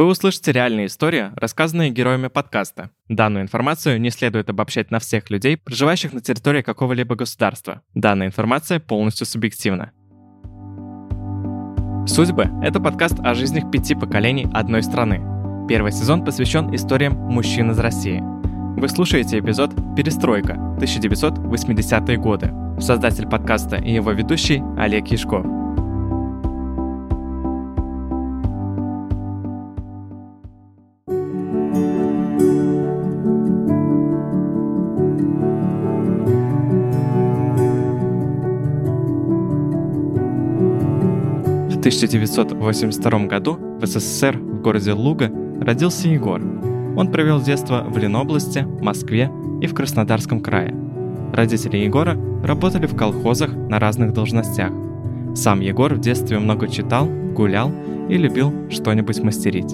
Вы услышите реальные истории, рассказанные героями подкаста. Данную информацию не следует обобщать на всех людей, проживающих на территории какого-либо государства. Данная информация полностью субъективна. «Судьбы» — это подкаст о жизнях 5 поколений одной страны. Первый сезон посвящен историям мужчин из России. Вы слушаете эпизод «Перестройка. 1980-е годы». Создатель подкаста и его ведущий Олег Яшков. В 1982 году в СССР в городе Луга родился Егор. Он провел детство в Ленобласти, Москве и в Краснодарском крае. Родители Егора работали в колхозах на разных должностях. Сам Егор в детстве много читал, гулял и любил что-нибудь мастерить.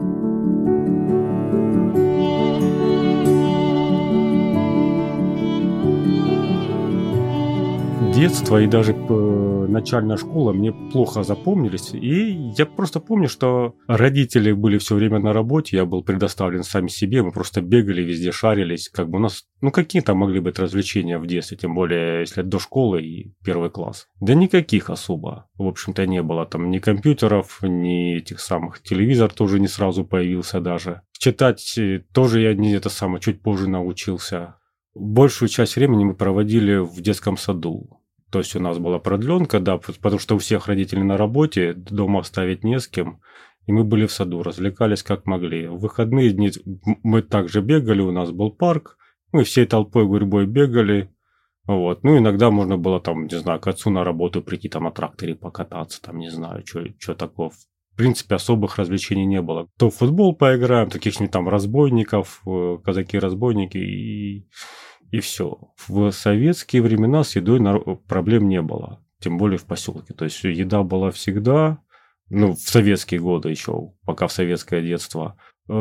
Детство и даже начальная школа мне плохо запомнились. И я просто помню, что родители были все время на работе, я был предоставлен сам себе, мы просто бегали везде, шарились. Как бы у нас, какие там могли быть развлечения в детстве, тем более, если до школы и первый класс. Да никаких особо, в общем-то, не было там ни компьютеров, ни этих самых. Телевизор тоже не сразу появился даже. Читать тоже я чуть позже научился. Большую часть времени мы проводили в детском саду. То есть у нас была продленка, да, потому что у всех родителей на работе, дома оставить не с кем. И мы были в саду, развлекались как могли. В выходные дни мы также бегали, у нас был парк. Мы всей толпой, гурьбой бегали. Вот. Иногда можно было к отцу на работу прийти, на тракторе покататься, что такого. В принципе, особых развлечений не было. То в футбол поиграем, каких-нибудь разбойников, казаки-разбойники и все. В советские времена с едой проблем не было. Тем более в поселке. То есть еда была всегда, в советские годы еще, пока в советское детство.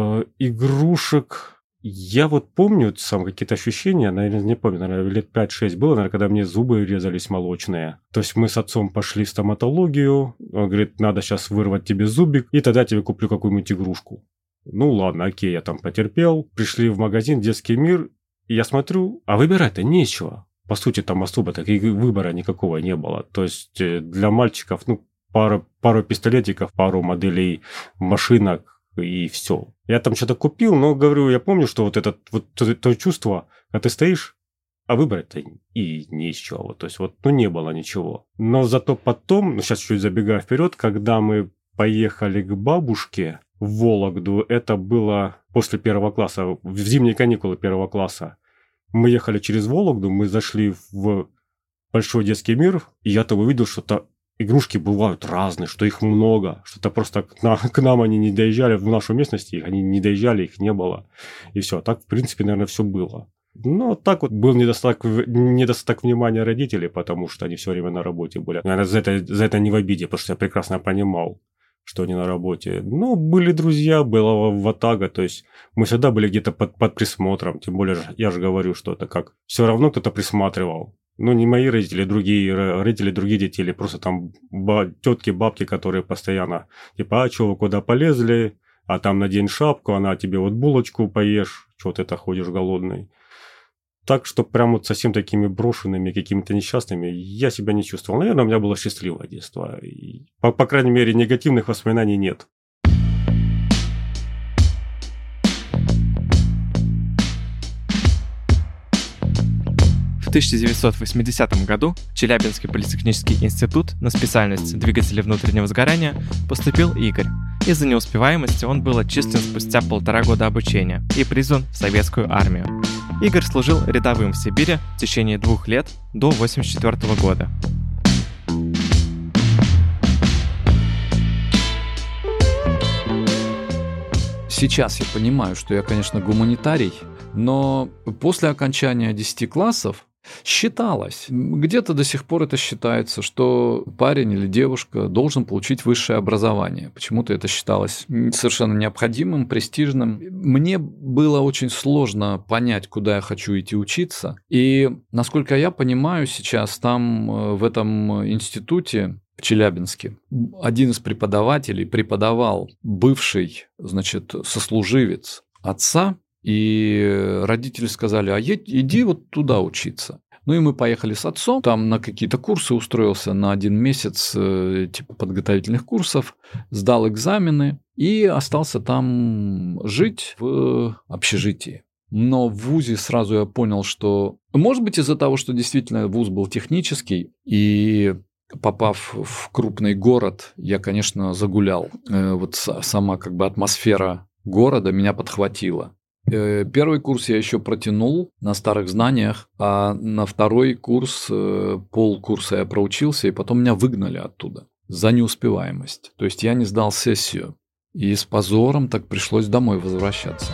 Игрушек. Я помню какие-то ощущения, наверное, не помню, наверное, лет 5-6 было, наверное, когда мне зубы резались молочные. То есть мы с отцом пошли в стоматологию, он говорит, надо сейчас вырвать тебе зубик, и тогда тебе куплю какую-нибудь игрушку. Ладно, окей, я потерпел. Пришли в магазин «Детский мир», и я смотрю, а выбирать-то нечего. По сути, особо и выбора никакого не было. То есть для мальчиков, пару пистолетиков, пару моделей машинок и все. Я что-то купил, но говорю, я помню, что то чувство, когда ты стоишь, а выбрать-то и нечего. То есть не было ничего. Но зато потом, сейчас чуть забегая вперед, когда мы поехали к бабушке в Вологду, это было после первого класса, в зимние каникулы первого класса. Мы ехали через Вологду, мы зашли в большой детский мир, и я увидел, что игрушки бывают разные, что их много, что просто к нам они не доезжали, в нашу местность они не доезжали, их не было. И все, так в принципе, наверное, все было. Но был недостаток внимания родителей, потому что они все время на работе были. Наверное, за это не в обиде, потому что я прекрасно понимал, что они на работе. Были друзья, была ватага, то есть мы всегда были где-то под присмотром, тем более, я же говорю, что это как, все равно кто-то присматривал. Не мои родители, другие родители, другие дети, или просто тетки, бабки, которые постоянно, а что вы куда полезли, а там надень шапку, она тебе булочку поешь, что ты ходишь голодный. Так что прям совсем такими брошенными, какими-то несчастными я себя не чувствовал. Наверное, у меня было счастливое детство. И, по крайней мере, негативных воспоминаний нет. В 1980 году в Челябинский политехнический институт на специальность двигатели внутреннего сгорания поступил Игорь. Из-за неуспеваемости он был отчислен спустя 1,5 года обучения и призван в советскую армию. Игорь служил рядовым в Сибири в течение 2 лет до 1984 года. Сейчас я понимаю, что я, конечно, гуманитарий, но после окончания 10 классов считалось, где-то до сих пор это считается, что парень или девушка должен получить высшее образование. Почему-то это считалось совершенно необходимым, престижным. Мне было очень сложно понять, куда я хочу идти учиться. И, насколько я понимаю сейчас, там в этом институте в Челябинске. Один из преподавателей преподавал бывший, значит, сослуживец отца, и родители сказали: а иди вот туда учиться. Ну и мы поехали с отцом, там на какие-то курсы устроился на 1 месяц, типа подготовительных курсов, сдал экзамены и остался там жить в общежитии. Но в вузе сразу я понял, что, может быть, из-за того, что действительно вуз был технический, и попав в крупный город, я, конечно, загулял. Вот сама как бы атмосфера города меня подхватила. Первый курс я еще протянул на старых знаниях, а на второй курс, полкурса я проучился, и потом меня выгнали оттуда за неуспеваемость. То есть я не сдал сессию, и с позором так пришлось домой возвращаться.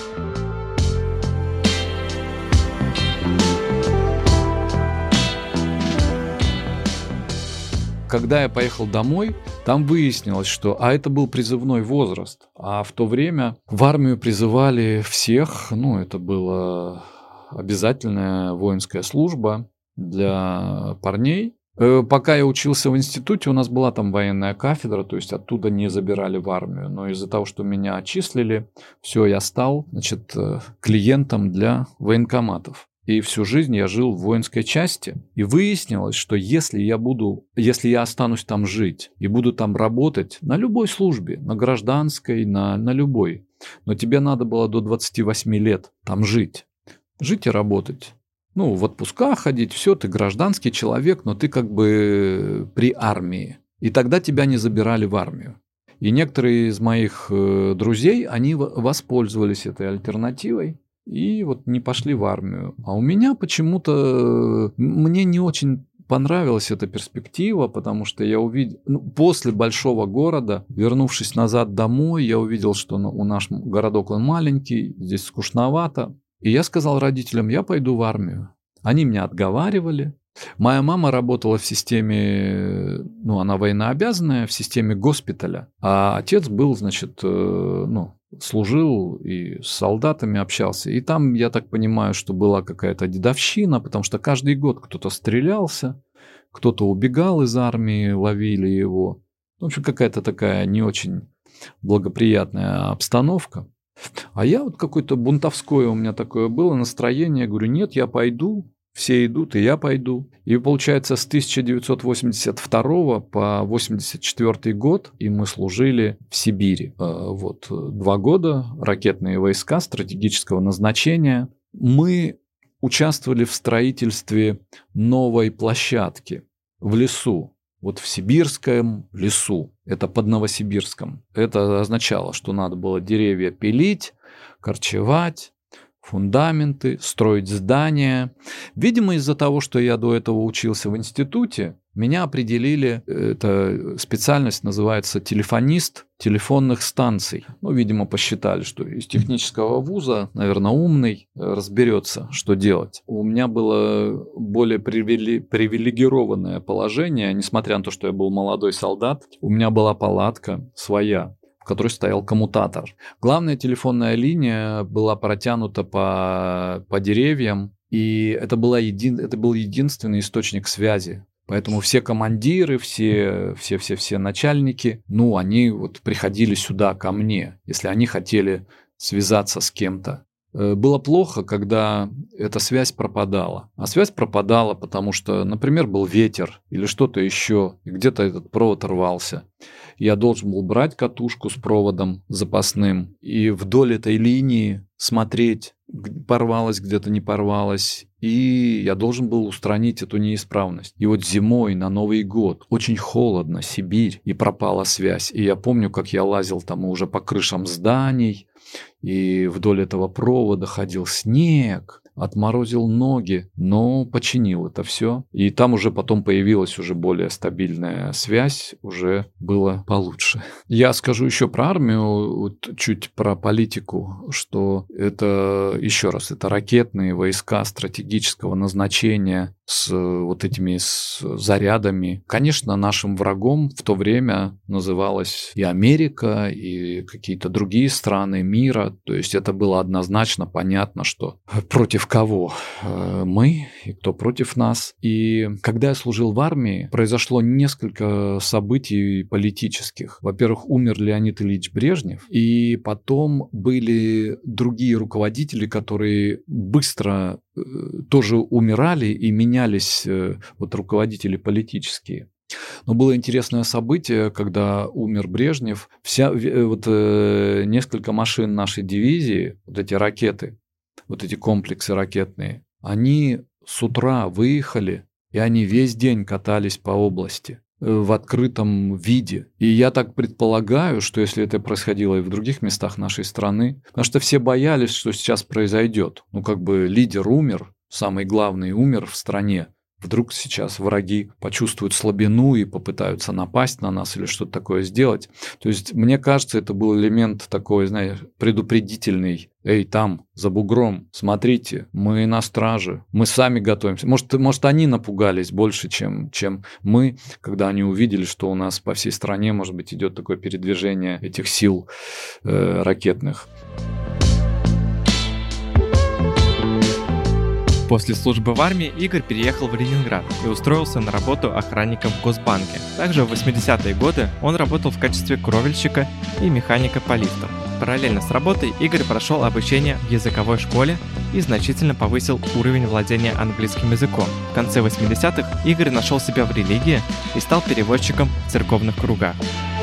Когда я поехал домой, там выяснилось, что это был призывной возраст, а в то время в армию призывали всех, это была обязательная воинская служба для парней. Пока я учился в институте, у нас была там военная кафедра, то есть оттуда не забирали в армию, но из-за того, что меня отчислили, все, я стал, клиентом для военкоматов. И всю жизнь я жил в воинской части. И выяснилось, что если я останусь там жить и буду там работать на любой службе, на гражданской, на любой, но тебе надо было до 28 лет там жить. Жить и работать. В отпуска ходить, все, ты гражданский человек, но ты как бы при армии. И тогда тебя не забирали в армию. И некоторые из моих друзей, они воспользовались этой альтернативой. И не пошли в армию. А у меня почему-то, мне не очень понравилась эта перспектива, потому что я увидел, после большого города, вернувшись назад домой, я увидел, что у наш городок, он маленький, здесь скучновато. И я сказал родителям: я пойду в армию. Они меня отговаривали. Моя мама работала в системе, она военнообязанная, в системе госпиталя, а отец был, служил и с солдатами общался. И там, я так понимаю, что была какая-то дедовщина, потому что каждый год кто-то стрелялся, кто-то убегал из армии, ловили его. В общем, какая-то такая не очень благоприятная обстановка. А я какое-то бунтовское у меня такое было настроение. Говорю: нет, я пойду. Все идут, и я пойду. И получается, с 1982 по 1984 год, и мы служили в Сибири. 2 года, ракетные войска стратегического назначения. Мы участвовали в строительстве новой площадки в лесу. В Сибирском лесу. Это под Новосибирском. Это означало, что надо было деревья пилить, корчевать, фундаменты, строить здания. Видимо, из-за того, что я до этого учился в институте, меня определили, эта специальность называется телефонист телефонных станций. Видимо, посчитали, что из технического вуза, наверное, умный, разберется, что делать. У меня было более привилегированное положение, несмотря на то, что я был молодой солдат, у меня была палатка своя, в которой стоял коммутатор. Главная телефонная линия была протянута по деревьям, и это был единственный источник связи. Поэтому все командиры, все начальники, они приходили сюда ко мне, если они хотели связаться с кем-то. Было плохо, когда эта связь пропадала. А связь пропадала, потому что, например, был ветер или что-то еще, и где-то этот провод рвался. Я должен был брать катушку с проводом запасным и вдоль этой линии смотреть, порвалось где-то, не порвалось. И я должен был устранить эту неисправность. И зимой на Новый год очень холодно, Сибирь, и пропала связь. И я помню, как я лазил там уже по крышам зданий, и вдоль этого провода ходил снег, отморозил ноги, но починил это все. И там уже потом появилась уже более стабильная связь, уже было получше. Я скажу еще про армию, чуть про политику, что это, еще раз, это ракетные войска стратегического назначения. с вот этими зарядами. Конечно, нашим врагом в то время называлась и Америка, и какие-то другие страны мира. То есть это было однозначно понятно, что против кого мы и кто против нас. И когда я служил в армии, произошло несколько событий политических. Во-первых, умер Леонид Ильич Брежнев, и потом были другие руководители, которые быстро тоже умирали и менялись вот руководители политические. Но было интересное событие, когда умер Брежнев, несколько машин нашей дивизии, вот эти ракеты, вот эти комплексы ракетные, они с утра выехали, и они весь день катались по области в открытом виде. И я так предполагаю, что если это происходило и в других местах нашей страны, потому что все боялись, что сейчас произойдет. Лидер умер, самый главный умер в стране. Вдруг сейчас враги почувствуют слабину и попытаются напасть на нас или что-то такое сделать. То есть, мне кажется, это был элемент такой, предупредительный. Эй, там, за бугром, смотрите, мы на страже, мы сами готовимся. Может, они напугались больше, чем мы, когда они увидели, что у нас по всей стране, может быть, идет такое передвижение этих сил ракетных. После службы в армии Игорь переехал в Ленинград и устроился на работу охранником в Госбанке. Также в 80-е годы он работал в качестве кровельщика и механика по лифтам. Параллельно с работой Игорь прошел обучение в языковой школе и значительно повысил уровень владения английским языком. В конце 80-х Игорь нашел себя в религии и стал переводчиком в церковных кругах.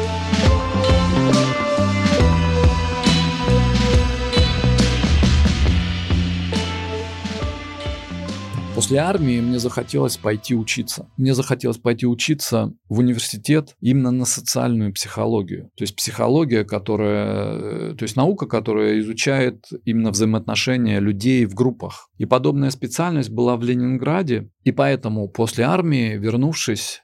После армии мне захотелось пойти учиться. Мне захотелось пойти учиться в университет именно на социальную психологию. То есть психология, наука, которая изучает именно взаимоотношения людей в группах. И подобная специальность была в Ленинграде. И поэтому после армии, вернувшись,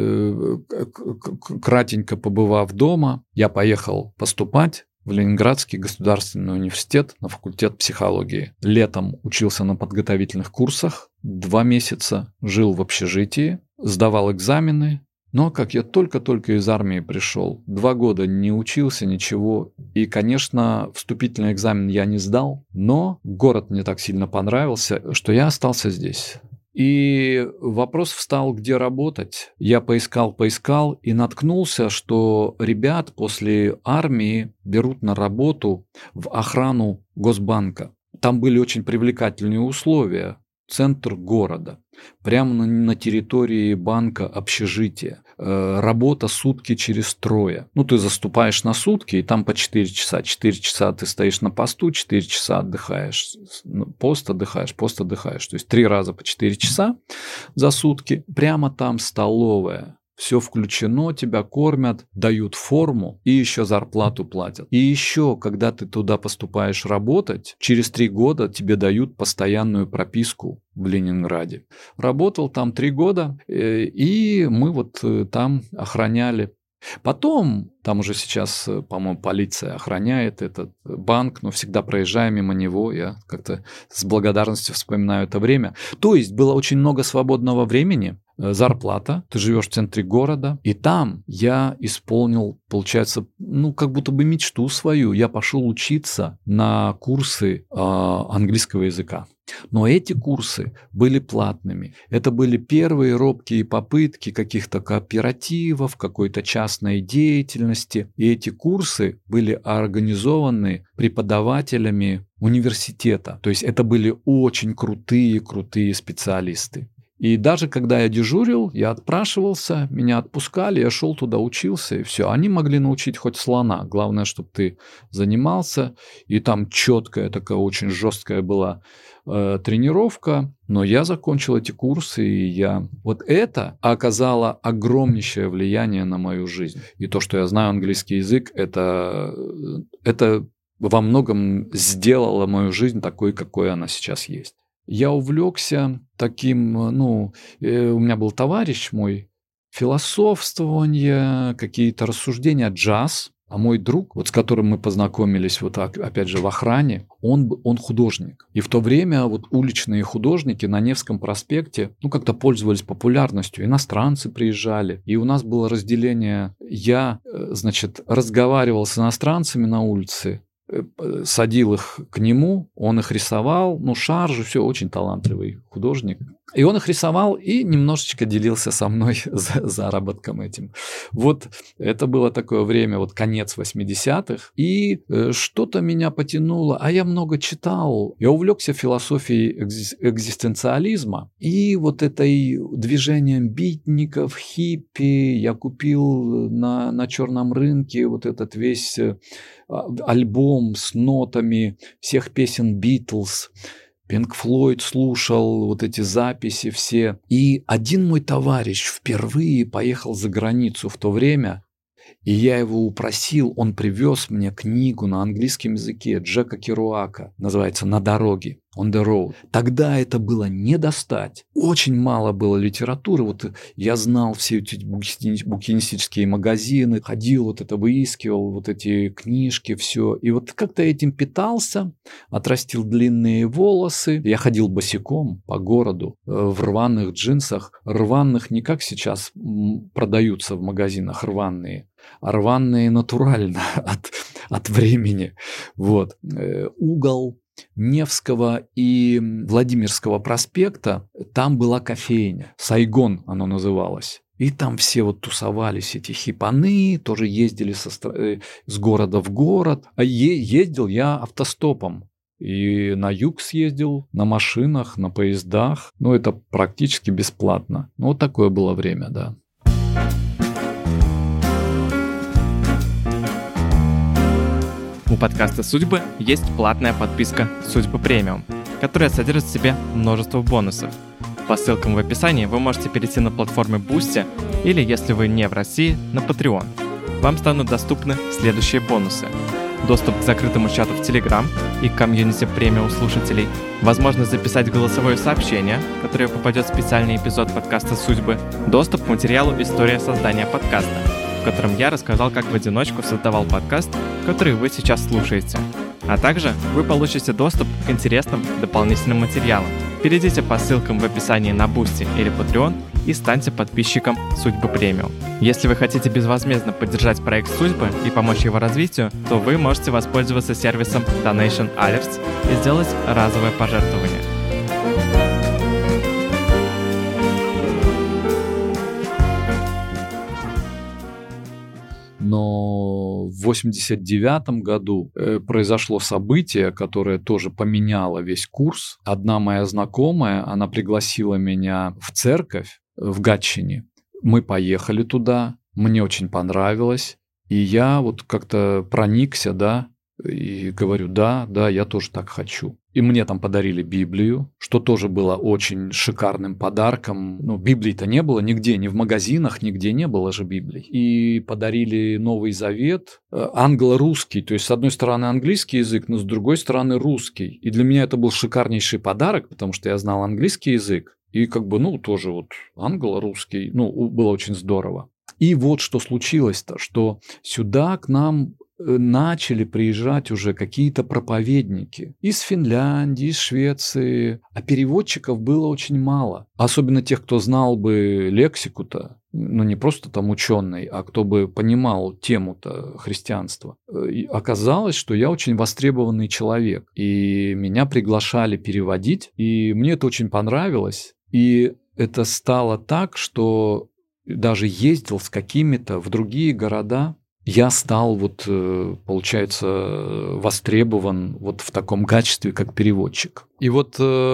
кратенько побывав дома, я поехал поступать в Ленинградский государственный университет на факультет психологии. Летом учился на подготовительных курсах, 2 месяца жил в общежитии, сдавал экзамены. Но как я только-только из армии пришел, 2 года не учился, ничего. И, конечно, вступительный экзамен я не сдал, но город мне так сильно понравился, что я остался здесь. И вопрос встал, где работать. Я поискал и наткнулся, что ребят после армии берут на работу в охрану Госбанка. Там были очень привлекательные условия. Центр города, прямо на территории банка общежитие. Работа сутки через 3. Ты заступаешь на сутки, и там по 4 часа. 4 часа ты стоишь на посту, 4 часа отдыхаешь. Пост отдыхаешь. То есть 3 раза по 4 часа за сутки. Прямо там столовая. Все включено, тебя кормят, дают форму и еще зарплату платят. И еще, когда ты туда поступаешь работать, через 3 года тебе дают постоянную прописку в Ленинграде. Работал там 3 года, и мы там охраняли. Потом, там уже сейчас, по-моему, полиция охраняет этот банк, но всегда проезжая мимо него, я как-то с благодарностью вспоминаю это время. То есть было очень много свободного времени, зарплата, ты живешь в центре города, и там я исполнил, получается, как будто бы мечту свою. Я пошел учиться на курсы английского языка. Но эти курсы были платными. Это были первые робкие попытки каких-то кооперативов, какой-то частной деятельности. И эти курсы были организованы преподавателями университета. То есть это были очень крутые специалисты. И даже когда я дежурил, я отпрашивался, меня отпускали, я шел туда, учился, и все. Они могли научить хоть слона. Главное, чтобы ты занимался. И там четкая такая, очень жесткая была тренировка. Но я закончил эти курсы, и это оказало огромнейшее влияние на мою жизнь. И то, что я знаю английский язык, это во многом сделало мою жизнь такой, какой она сейчас есть. Я увлекся таким, у меня был товарищ мой, философствование, какие-то рассуждения, джаз. А мой друг, вот с которым мы познакомились, вот так, опять же, в охране, он художник. И в то время вот уличные художники на Невском проспекте, как-то пользовались популярностью. Иностранцы приезжали. И у нас было разделение. Я, разговаривал с иностранцами на улице, садил их к нему, он их рисовал, шаржи, все, очень талантливый художник. И он их рисовал и немножечко делился со мной заработком этим. Вот это было такое время, вот конец 80-х. И что-то меня потянуло, а я много читал. Я увлекся философией экзистенциализма. И вот этой движением битников, хиппи. Я купил на черном рынке вот этот весь альбом с нотами всех песен Битлз. Пинк Флойд слушал вот эти записи все. И один мой товарищ впервые поехал за границу в то время, и я его упросил, он привез мне книгу на английском языке Джека Керуака, называется «На дороге», «On the road». Тогда это было не достать. Очень мало было литературы. Вот я знал все эти букинистические магазины, ходил, вот это выискивал, вот эти книжки, все. И вот как-то этим питался, отрастил длинные волосы. Я ходил босиком по городу в рваных джинсах. Рваных не как сейчас продаются в магазинах рваные, а рваные натурально от времени. Вот. Угол Невского и Владимирского проспекта, там была кофейня. Сайгон оно называлось. И там все вот тусовались, эти хипаны, тоже ездили с города в город. А ездил я автостопом. И на юг съездил, на машинах, на поездах. Это практически бесплатно. Вот такое было время, да. У подкаста «Судьбы» есть платная подписка «Судьбы премиум», которая содержит в себе множество бонусов. По ссылкам в описании вы можете перейти на платформы Boosty или, если вы не в России, на Patreon. Вам станут доступны следующие бонусы: доступ к закрытому чату в Telegram и к комьюнити премиум слушателей, возможность записать голосовое сообщение, которое попадет в специальный эпизод подкаста «Судьбы», доступ к материалу «История создания подкаста», в котором я рассказал, как в одиночку создавал подкаст, который вы сейчас слушаете. А также вы получите доступ к интересным дополнительным материалам. Перейдите по ссылкам в описании на Boosty или Patreon и станьте подписчиком «Судьбы премиум». Если вы хотите безвозмездно поддержать проект «Судьбы» и помочь его развитию, то вы можете воспользоваться сервисом Donation Alerts и сделать разовое пожертвование. Но в 1989 году произошло событие, которое тоже поменяло весь курс. Одна моя знакомая, она пригласила меня в церковь в Гатчине. Мы поехали туда, мне очень понравилось. И я вот как-то проникся, да, и говорю, да, я тоже так хочу. И мне там подарили Библию, что тоже было очень шикарным подарком. Библии-то не было нигде, ни в магазинах, нигде не было же Библии. И подарили Новый Завет, англо-русский. То есть, с одной стороны, английский язык, но с другой стороны, русский. И для меня это был шикарнейший подарок, потому что я знал английский язык. И тоже вот англо-русский. Было очень здорово. И вот что случилось-то, что сюда к нам начали приезжать уже какие-то проповедники из Финляндии, из Швеции, а переводчиков было очень мало. Особенно тех, кто знал бы лексику-то, не просто там ученый, а кто бы понимал тему-то христианства. И оказалось, что я очень востребованный человек, и меня приглашали переводить, и мне это очень понравилось. И это стало так, что даже ездил с какими-то в другие города. Я стал, получается, востребован в таком качестве, как переводчик. И в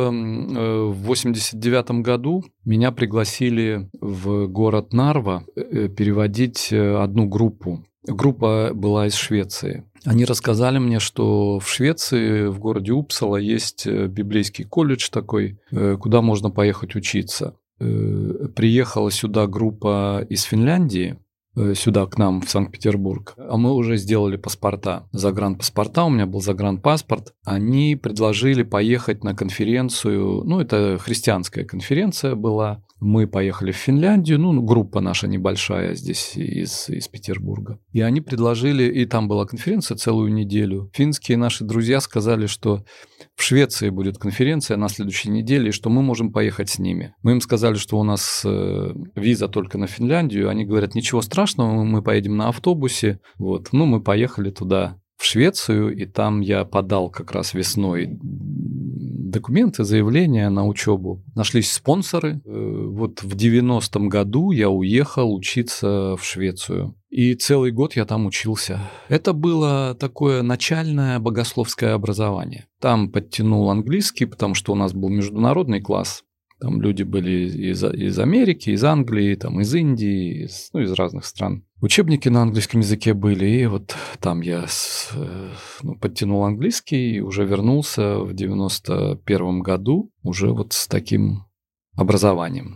1989 году меня пригласили в город Нарва переводить одну группу. Группа была из Швеции. Они рассказали мне, что в Швеции, в городе Упсала, есть библейский колледж такой, куда можно поехать учиться. Приехала сюда группа из Финляндии, сюда, к нам, в Санкт-Петербург. А мы уже сделали паспорта, загранпаспорта, у меня был загранпаспорт. Они предложили поехать на конференцию, это христианская конференция была, Мы поехали в Финляндию, группа наша небольшая здесь из Петербурга. И они предложили, и там была конференция целую неделю. Финские наши друзья сказали, что в Швеции будет конференция на следующей неделе, и что мы можем поехать с ними. Мы им сказали, что у нас виза только на Финляндию. Они говорят, ничего страшного, мы поедем на автобусе. Мы поехали туда, в Швецию, и там я подал как раз весной документы, заявления на учебу. Нашлись спонсоры. В 90-м году я уехал учиться в Швецию. И целый год я там учился. Это было такое начальное богословское образование. Там подтянул английский, потому что у нас был международный класс. Там люди были из Америки, из Англии, из Индии, из разных стран. Учебники на английском языке были, и там я подтянул английский и уже вернулся в 91-м году уже с таким образованием.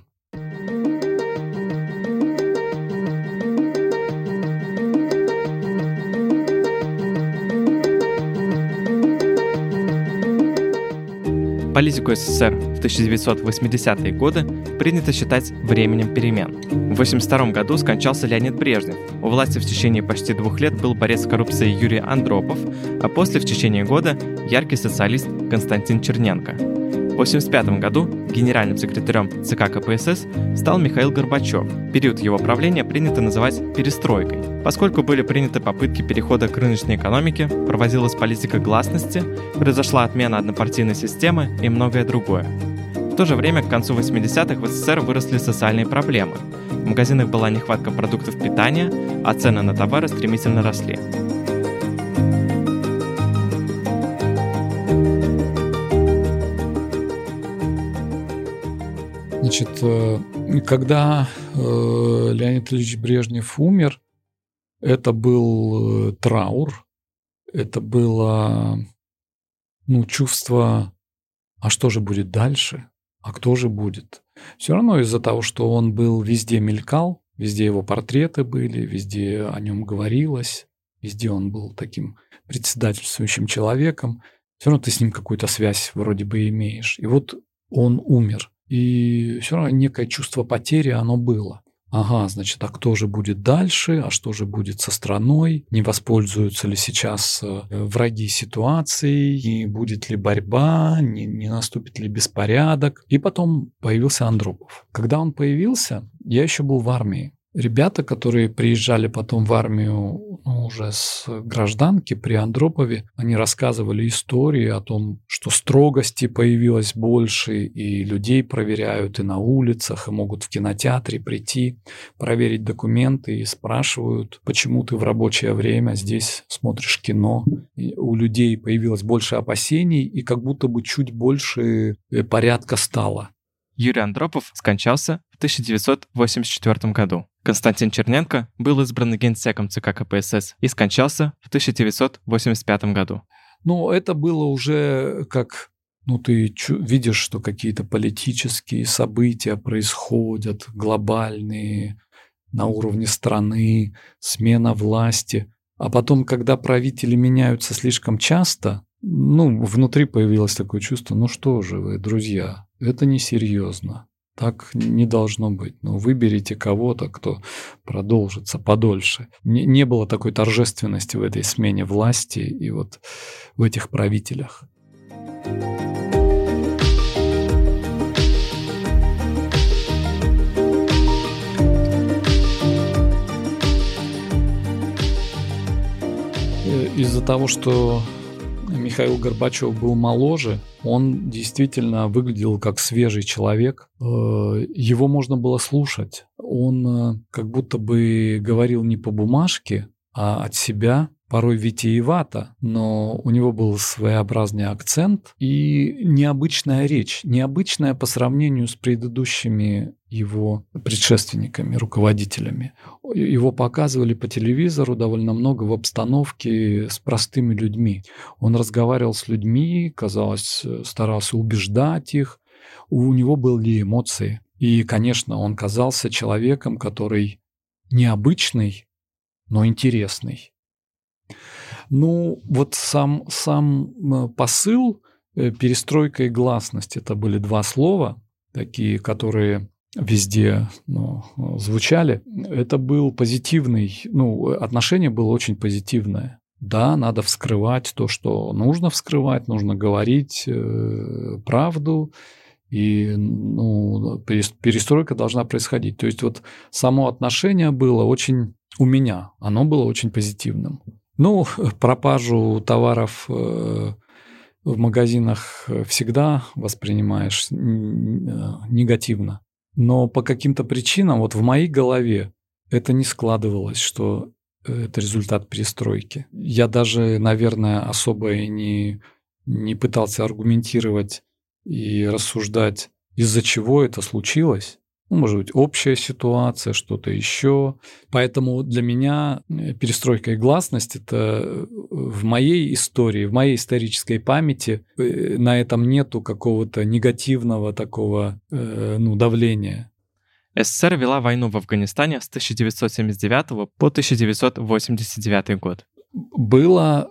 Политику СССР в 1980-е годы принято считать временем перемен. В 1982 году скончался Леонид Брежнев. У власти в течение почти 2 лет был борец с коррупцией Юрий Андропов, а после в течение года яркий социалист Константин Черненко. В 1985 году генеральным секретарем ЦК КПСС стал Михаил Горбачев. Период его правления принято называть «перестройкой». Поскольку были приняты попытки перехода к рыночной экономике, проводилась политика гласности, произошла отмена однопартийной системы и многое другое. В то же время к концу 80-х в СССР выросли социальные проблемы. В магазинах была нехватка продуктов питания, а цены на товары стремительно росли. Значит, когда Леонид Ильич Брежнев умер, это был траур, это было чувство, а что же будет дальше, а кто же будет? Все равно из-за того, что он был везде мелькал, везде его портреты были, везде о нем говорилось, везде он был таким председательствующим человеком, все равно ты с ним какую-то связь вроде бы имеешь. И он умер. И все равно некое чувство потери оно было. Ага, значит, а кто же будет дальше? А что же будет со страной? Не воспользуются ли сейчас враги ситуации? Не будет ли борьба? Не наступит ли беспорядок? И потом появился Андропов. Когда он появился, я еще был в армии. Ребята, которые приезжали потом в армию уже с гражданки при Андропове, они рассказывали истории о том, что строгости появилось больше, и людей проверяют и на улицах, и могут в кинотеатре прийти, проверить документы, и спрашивают, почему ты в рабочее время здесь смотришь кино. И у людей появилось больше опасений, и как будто бы чуть больше порядка стало. Юрий Андропов скончался в 1984 году. Константин Черненко был избран генсеком ЦК КПСС и скончался в 1985 году. Это было уже как... ты видишь, что какие-то политические события происходят, глобальные, на уровне страны, смена власти. А потом, когда правители меняются слишком часто, внутри появилось такое чувство, что же вы, друзья, это несерьезно. Так не должно быть. Выберите кого-то, кто продолжится подольше. Не было такой торжественности в этой смене власти и в этих правителях. Из-за того, что Михаил Горбачев был моложе, он действительно выглядел как свежий человек. Его можно было слушать. Он как будто бы говорил не по бумажке, а от себя, порой витиевато, но у него был своеобразный акцент и необычная речь, необычная по сравнению с предыдущими его предшественниками, руководителями. Его показывали по телевизору довольно много в обстановке с простыми людьми. Он разговаривал с людьми, казалось, старался убеждать их. У него были эмоции. И, конечно, он казался человеком, который необычный, но интересный. Сам посыл перестройка и гласность — это были два слова, такие, которые везде звучали, это был позитивный, отношение было очень позитивное. Да, надо вскрывать то, что нужно вскрывать, нужно говорить правду, и перестройка должна происходить. То есть вот само отношение было очень у меня, оно было очень позитивным. Пропажу товаров в магазинах всегда воспринимаешь негативно. Но по каким-то причинам вот в моей голове это не складывалось, что это результат перестройки. Я даже, наверное, особо и не пытался аргументировать и рассуждать, из-за чего это случилось. Может быть, общая ситуация, что-то еще. Поэтому для меня перестройка и гласность – это в моей истории, в моей исторической памяти на этом нету какого-то негативного такого давления. СССР вела войну в Афганистане с 1979 по 1989 год. Была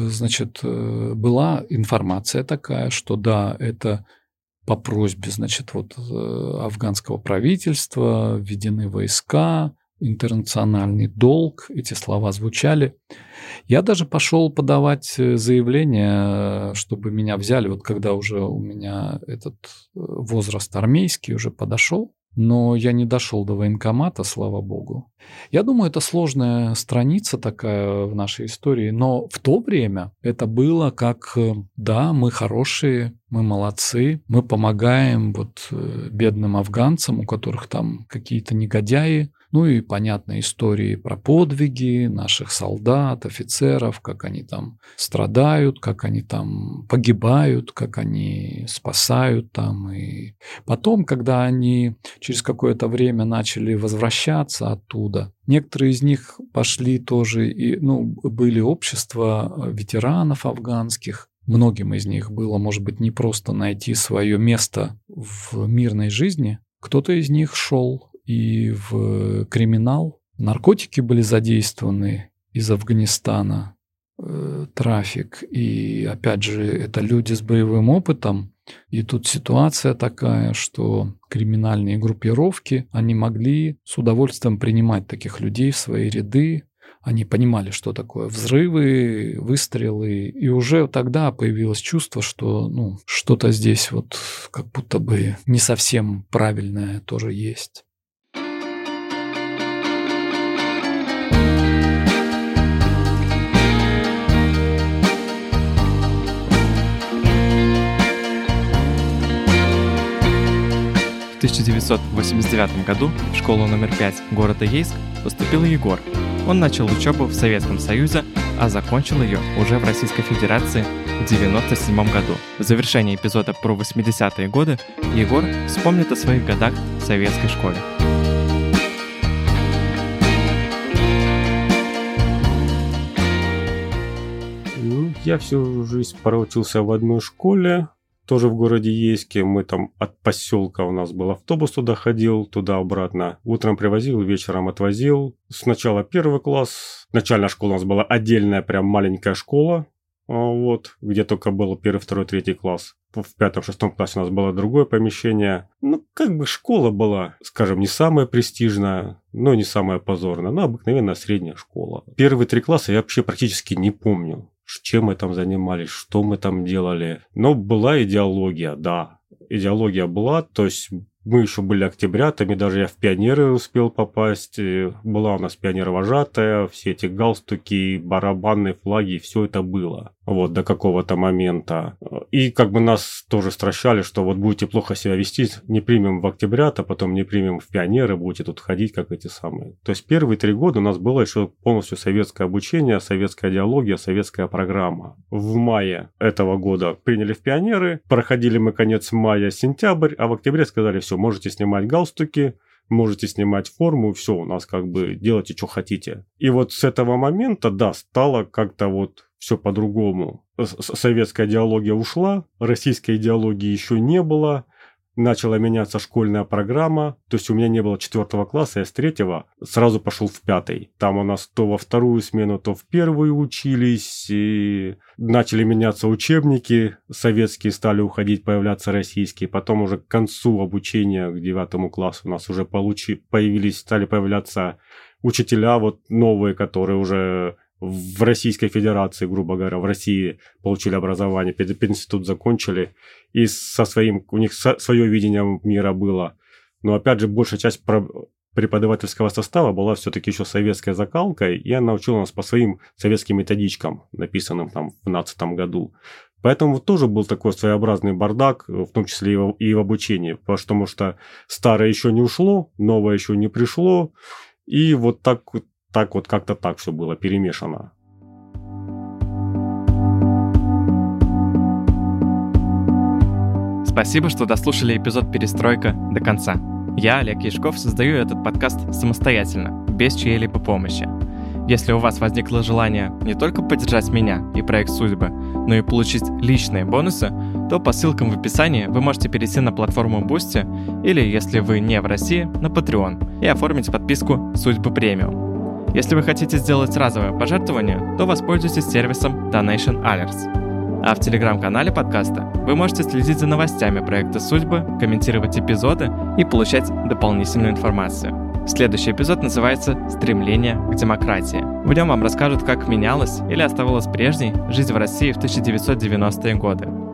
информация такая, что да, это по просьбе, афганского правительства введены войска, интернациональный долг, эти слова звучали. Я даже пошел подавать заявление, чтобы меня взяли, вот когда уже у меня этот возраст армейский уже подошел. Но я не дошел до военкомата, слава богу. Я думаю, это сложная страница такая в нашей истории, но в то время это было как, да, мы хорошие, мы молодцы, мы помогаем бедным афганцам, у которых там какие-то негодяи. И понятные истории про подвиги наших солдат, офицеров, как они там страдают, как они там погибают, как они спасают там. И потом, когда они через какое-то время начали возвращаться оттуда, некоторые из них пошли тоже, были общества ветеранов афганских. Многим из них было, может быть, не просто найти свое место в мирной жизни. Кто-то из них шел и в криминал. Наркотики были задействованы из Афганистана, трафик. И, опять же, это люди с боевым опытом. И тут ситуация такая, что криминальные группировки, они могли с удовольствием принимать таких людей в свои ряды. Они понимали, что такое взрывы, выстрелы. И уже тогда появилось чувство, что что-то здесь как будто бы не совсем правильное тоже есть. В 1989 году в школу номер 5 города Ейск поступил Егор. Он начал учебу в Советском Союзе, а закончил ее уже в Российской Федерации в 1997 году. В завершении эпизода про 80-е годы Егор вспомнит о своих годах в советской школе. Я всю жизнь проучился в одной школе, тоже в городе Ейске. Мы там от поселка, у нас был автобус, туда ходил, туда-обратно. Утром привозил, вечером отвозил. Сначала 1 класс. Начальная школа у нас была отдельная, прям маленькая школа. Где только был 1, 2, 3 класс. В 5-6 классе у нас было другое помещение. Школа была, скажем, не самая престижная, но не самая позорная. Обыкновенная средняя школа. Первые 3 класса я вообще практически не помню, чем мы там занимались, что мы там делали. Но была идеология, да. Идеология была, то есть мы еще были октябрятами, даже я в пионеры успел попасть. Была у нас пионер-вожатая, все эти галстуки, барабанные флаги, все это было. До какого-то момента. И нас тоже стращали, что будете плохо себя вести, не примем в октябрята, потом не примем в пионеры, будете тут ходить, как эти самые. То есть первые 3 года у нас было еще полностью советское обучение, советская идеология, советская программа. В мае этого года приняли в пионеры, проходили мы конец мая-сентябрь, а в октябре сказали, все, можете снимать галстуки, можете снимать форму, все, у нас делайте, что хотите. И с этого момента, да, стало как-то все по-другому. Советская идеология ушла, российской идеологии еще не было. начала меняться школьная программа, то есть у меня не было 4 класса, я с 3 сразу пошел в 5. Там у нас то во вторую смену, то в первую учились, и начали меняться учебники, советские стали уходить, появляться российские, потом уже к концу обучения, к 9 классу у нас уже стали появляться учителя вот новые, которые уже в Российской Федерации, грубо говоря, в России получили образование, пединститут закончили, и у них свое видение мира было. Но опять же, большая часть преподавательского состава была все-таки еще советской закалкой, и она учила нас по своим советским методичкам, написанным там в 2012 году. Поэтому тоже был такой своеобразный бардак, в том числе и в обучении, потому что старое еще не ушло, новое еще не пришло, и вот так вот как-то так все было перемешано. Спасибо, что дослушали эпизод «Перестройка» до конца. Я, Олег Яшков, создаю этот подкаст самостоятельно, без чьей-либо помощи. Если у вас возникло желание не только поддержать меня и проект «Судьбы», но и получить личные бонусы, то по ссылкам в описании вы можете перейти на платформу Boosty или, если вы не в России, на Patreon и оформить подписку «Судьбы премиум». Если вы хотите сделать разовое пожертвование, то воспользуйтесь сервисом Donation Alerts. А в телеграм-канале подкаста вы можете следить за новостями проекта «Судьбы», комментировать эпизоды и получать дополнительную информацию. Следующий эпизод называется «Стремление к демократии». В нем вам расскажут, как менялась или оставалась прежней жизнь в России в 1990-е годы.